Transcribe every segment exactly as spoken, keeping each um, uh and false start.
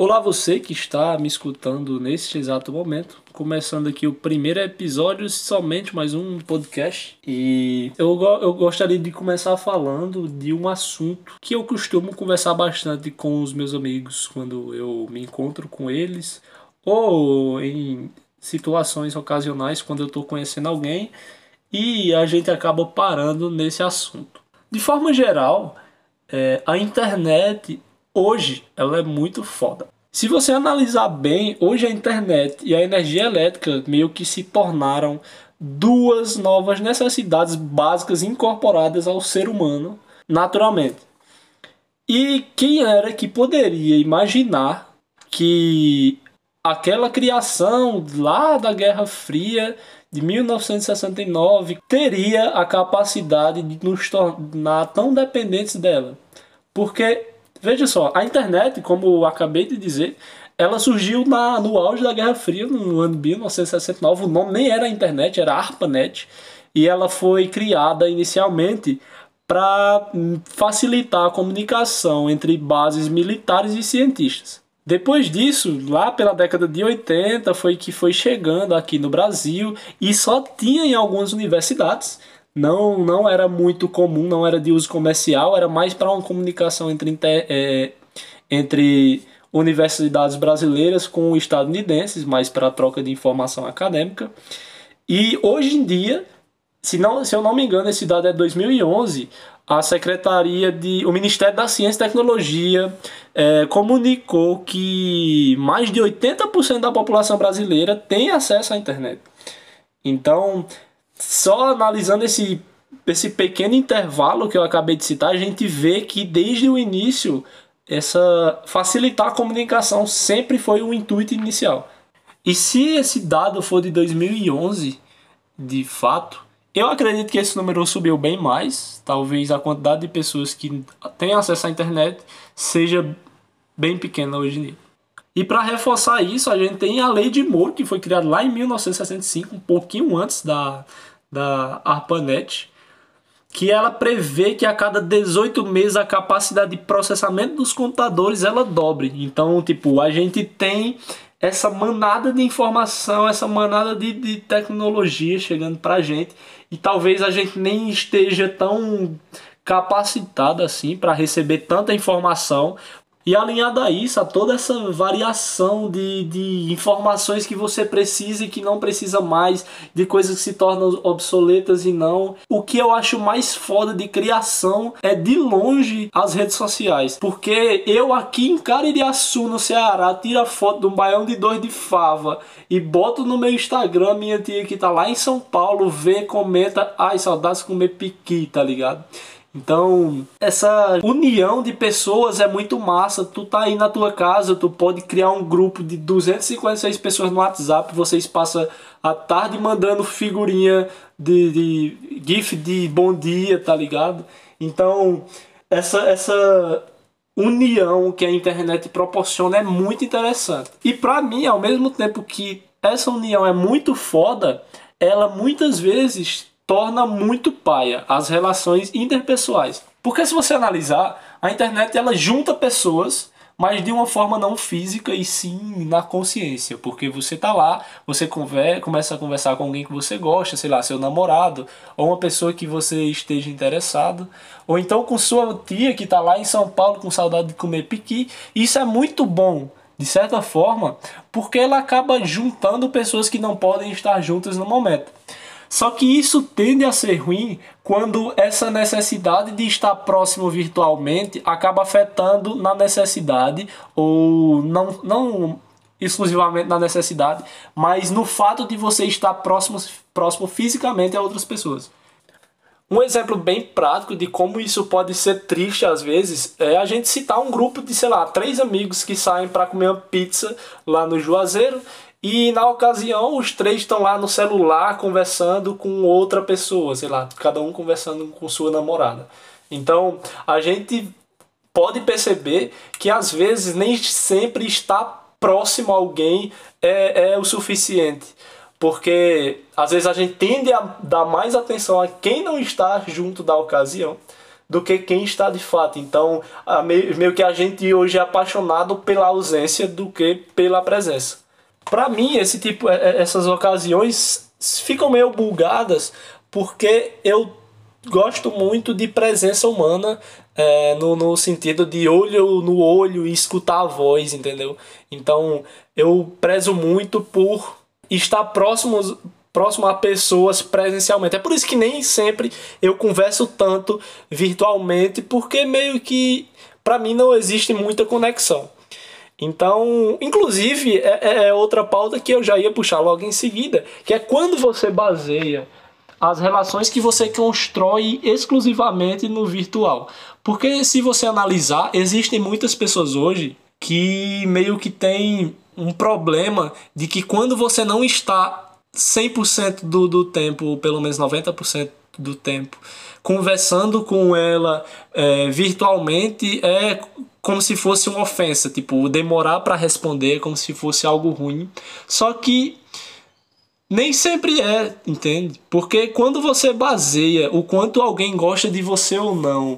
Olá, você que está me escutando neste exato momento, começando aqui o primeiro episódio, somente mais um podcast. E eu, go- eu gostaria de começar falando de um assunto que eu costumo conversar bastante com os meus amigos quando eu me encontro com eles, ou em situações ocasionais quando eu estou conhecendo alguém e a gente acaba parando nesse assunto. De forma geral, é, a internet hoje ela é muito foda. Se você analisar bem, hoje a internet e a energia elétrica meio que se tornaram duas novas necessidades básicas incorporadas ao ser humano naturalmente. E quem era que poderia imaginar que aquela criação lá da Guerra Fria de mil novecentos e sessenta e nove teria a capacidade de nos tornar tão dependentes dela? Porque, veja só, a internet, como eu acabei de dizer, ela surgiu na, no auge da Guerra Fria, no ano mil novecentos e sessenta e nove. O nome nem era internet, era ARPANET. E ela foi criada inicialmente para facilitar a comunicação entre bases militares e cientistas. Depois disso, lá pela década de oitenta, foi que foi chegando aqui no Brasil e só tinha em algumas universidades. Não, não era muito comum, não era de uso comercial, era mais para uma comunicação entre, é, entre universidades brasileiras com estadunidenses, mais para a troca de informação acadêmica. E hoje em dia, se, não, se eu não me engano, esse dado é dois mil e onze, a Secretaria de. O Ministério da Ciência e Tecnologia é, comunicou que mais de oitenta por cento da população brasileira tem acesso à internet. Então, só analisando esse, esse pequeno intervalo que eu acabei de citar, a gente vê que desde o início, essa facilitar a comunicação sempre foi o intuito inicial. E se esse dado for de dois mil e onze, de fato, eu acredito que esse número subiu bem mais. Talvez a quantidade de pessoas que têm acesso à internet seja bem pequena hoje em dia. E para reforçar isso, a gente tem a Lei de Moore, que foi criada lá em mil novecentos e sessenta e cinco, um pouquinho antes da, da ARPANET, que ela prevê que a cada dezoito meses a capacidade de processamento dos computadores ela dobre. Então, tipo, a gente tem essa manada de informação, essa manada de, de tecnologia chegando pra gente, e talvez a gente nem esteja tão capacitado assim para receber tanta informação. E alinhado a isso, a toda essa variação de, de informações que você precisa e que não precisa mais, de coisas que se tornam obsoletas e não. O que eu acho mais foda de criação é de longe as redes sociais. Porque eu aqui em Caririaçu, no Ceará, tiro a foto de um baião de dois de fava e boto no meu Instagram, minha tia que tá lá em São Paulo, vê, comenta, ai, saudades de comer piqui, tá ligado? Então, essa união de pessoas é muito massa. Tu tá aí na tua casa, tu pode criar um grupo de duzentas e cinquenta e seis pessoas no WhatsApp, vocês passam a tarde mandando figurinha de, de gif de bom dia, tá ligado? Então, essa, essa união que a internet proporciona é muito interessante. E pra mim, ao mesmo tempo que essa união é muito foda, ela muitas vezes torna muito paia as relações interpessoais. Porque se você analisar, a internet ela junta pessoas, mas de uma forma não física e sim na consciência. Porque você tá lá, você conver, começa a conversar com alguém que você gosta, sei lá, seu namorado, ou uma pessoa que você esteja interessado, ou então com sua tia que tá lá em São Paulo com saudade de comer piqui. Isso é muito bom, de certa forma, porque ela acaba juntando pessoas que não podem estar juntas no momento. Só que isso tende a ser ruim quando essa necessidade de estar próximo virtualmente acaba afetando na necessidade, ou não, não exclusivamente na necessidade, mas no fato de você estar próximo, próximo fisicamente a outras pessoas. Um exemplo bem prático de como isso pode ser triste às vezes é a gente citar um grupo de, sei lá, três amigos que saem para comer uma pizza lá no Juazeiro. E na ocasião os três estão lá no celular conversando com outra pessoa, sei lá, cada um conversando com sua namorada. Então a gente pode perceber que às vezes nem sempre estar próximo a alguém é, é o suficiente. Porque às vezes a gente tende a dar mais atenção a quem não está junto da ocasião do que quem está de fato. Então, a meio, meio que a gente hoje é apaixonado pela ausência do que pela presença. Para mim, esse tipo, essas ocasiões ficam meio bugadas porque eu gosto muito de presença humana, é, no, no sentido de olho no olho e escutar a voz, entendeu? Então, eu prezo muito por estar próximo próximo a pessoas presencialmente. É por isso que nem sempre eu converso tanto virtualmente, porque meio que para mim não existe muita conexão. Então, inclusive, é, é outra pauta que eu já ia puxar logo em seguida, que é quando você baseia as relações que você constrói exclusivamente no virtual. Porque se você analisar, existem muitas pessoas hoje que meio que têm um problema de que quando você não está cem por cento do, do tempo, ou pelo menos noventa por cento do tempo, conversando com ela é, virtualmente, é como se fosse uma ofensa, tipo, demorar para responder como se fosse algo ruim. Só que nem sempre é, entende? Porque quando você baseia o quanto alguém gosta de você ou não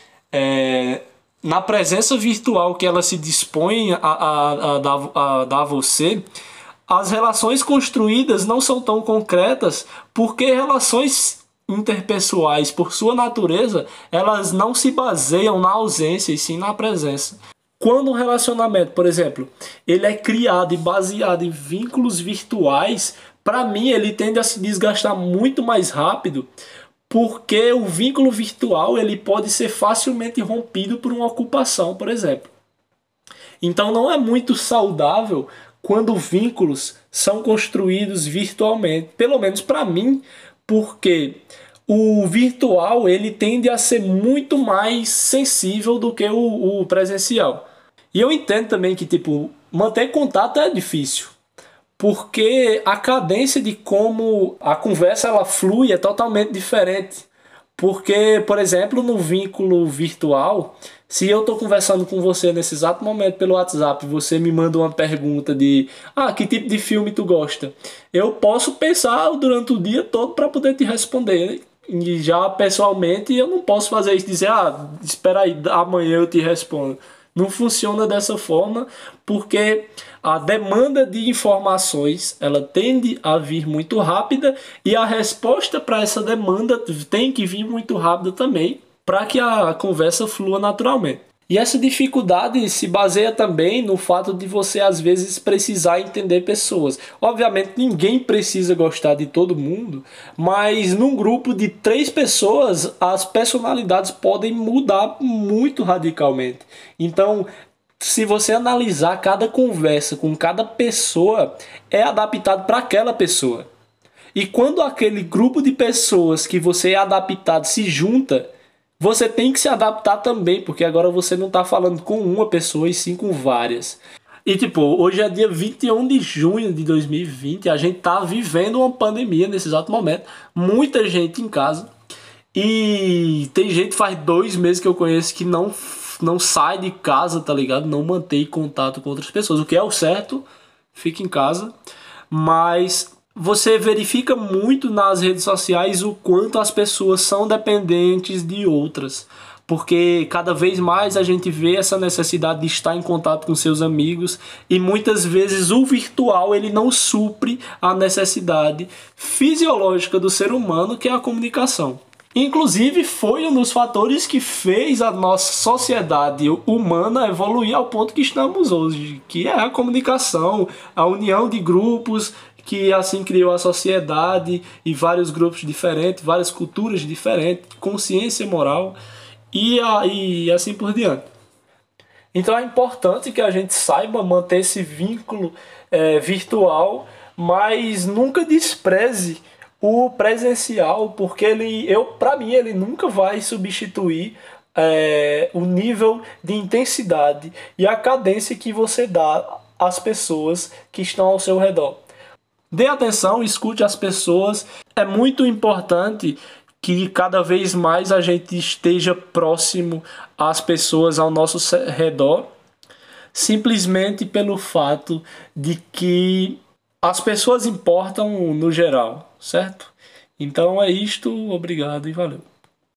é, na presença virtual que ela se dispõe a, a, a, dar, a dar a você, as relações construídas não são tão concretas, porque relações interpessoais, por sua natureza, elas não se baseiam na ausência e sim na presença. Quando um relacionamento, por exemplo, ele é criado e baseado em vínculos virtuais, para mim ele tende a se desgastar muito mais rápido, porque o vínculo virtual ele pode ser facilmente rompido por uma ocupação, por exemplo. Então não é muito saudável quando vínculos são construídos virtualmente, pelo menos para mim, porque o virtual ele tende a ser muito mais sensível do que o, o presencial. E eu entendo também que tipo, manter contato é difícil, porque a cadência de como a conversa ela flui é totalmente diferente. Porque, por exemplo, no vínculo virtual, se eu estou conversando com você nesse exato momento pelo WhatsApp, você me manda uma pergunta de ah, que tipo de filme tu gosta? Eu posso pensar durante o dia todo para poder te responder. E já pessoalmente eu não posso fazer isso, dizer ah, espera aí, amanhã eu te respondo. Não funciona dessa forma, porque a demanda de informações ela tende a vir muito rápida e a resposta para essa demanda tem que vir muito rápida também para que a conversa flua naturalmente. E essa dificuldade se baseia também no fato de você às vezes precisar entender pessoas. Obviamente ninguém precisa gostar de todo mundo, mas num grupo de três pessoas as personalidades podem mudar muito radicalmente. Então, se você analisar cada conversa com cada pessoa, é adaptado para aquela pessoa. E quando aquele grupo de pessoas que você é adaptado se junta, você tem que se adaptar também, porque agora você não está falando com uma pessoa e sim com várias. E tipo, hoje é dia vinte e um de junho de dois mil e vinte, a gente tá vivendo uma pandemia nesse exato momento, muita gente em casa, e tem gente faz dois meses que eu conheço que não, não sai de casa, tá ligado? Não mantém contato com outras pessoas, o que é o certo, fica em casa, mas você verifica muito nas redes sociais o quanto as pessoas são dependentes de outras. Porque cada vez mais a gente vê essa necessidade de estar em contato com seus amigos e muitas vezes o virtual ele não supre a necessidade fisiológica do ser humano, que é a comunicação. Inclusive foi um dos fatores que fez a nossa sociedade humana evoluir ao ponto que estamos hoje, que é a comunicação, a união de grupos, que assim criou a sociedade e vários grupos diferentes, várias culturas diferentes, consciência moral e, a, e assim por diante. Então é importante que a gente saiba manter esse vínculo é, virtual, mas nunca despreze o presencial, porque ele, eu, para mim ele nunca vai substituir é, o nível de intensidade e a cadência que você dá às pessoas que estão ao seu redor. Dê atenção, escute as pessoas. É muito importante que cada vez mais a gente esteja próximo às pessoas ao nosso redor, simplesmente pelo fato de que as pessoas importam no geral, certo? Então é isto, obrigado e valeu.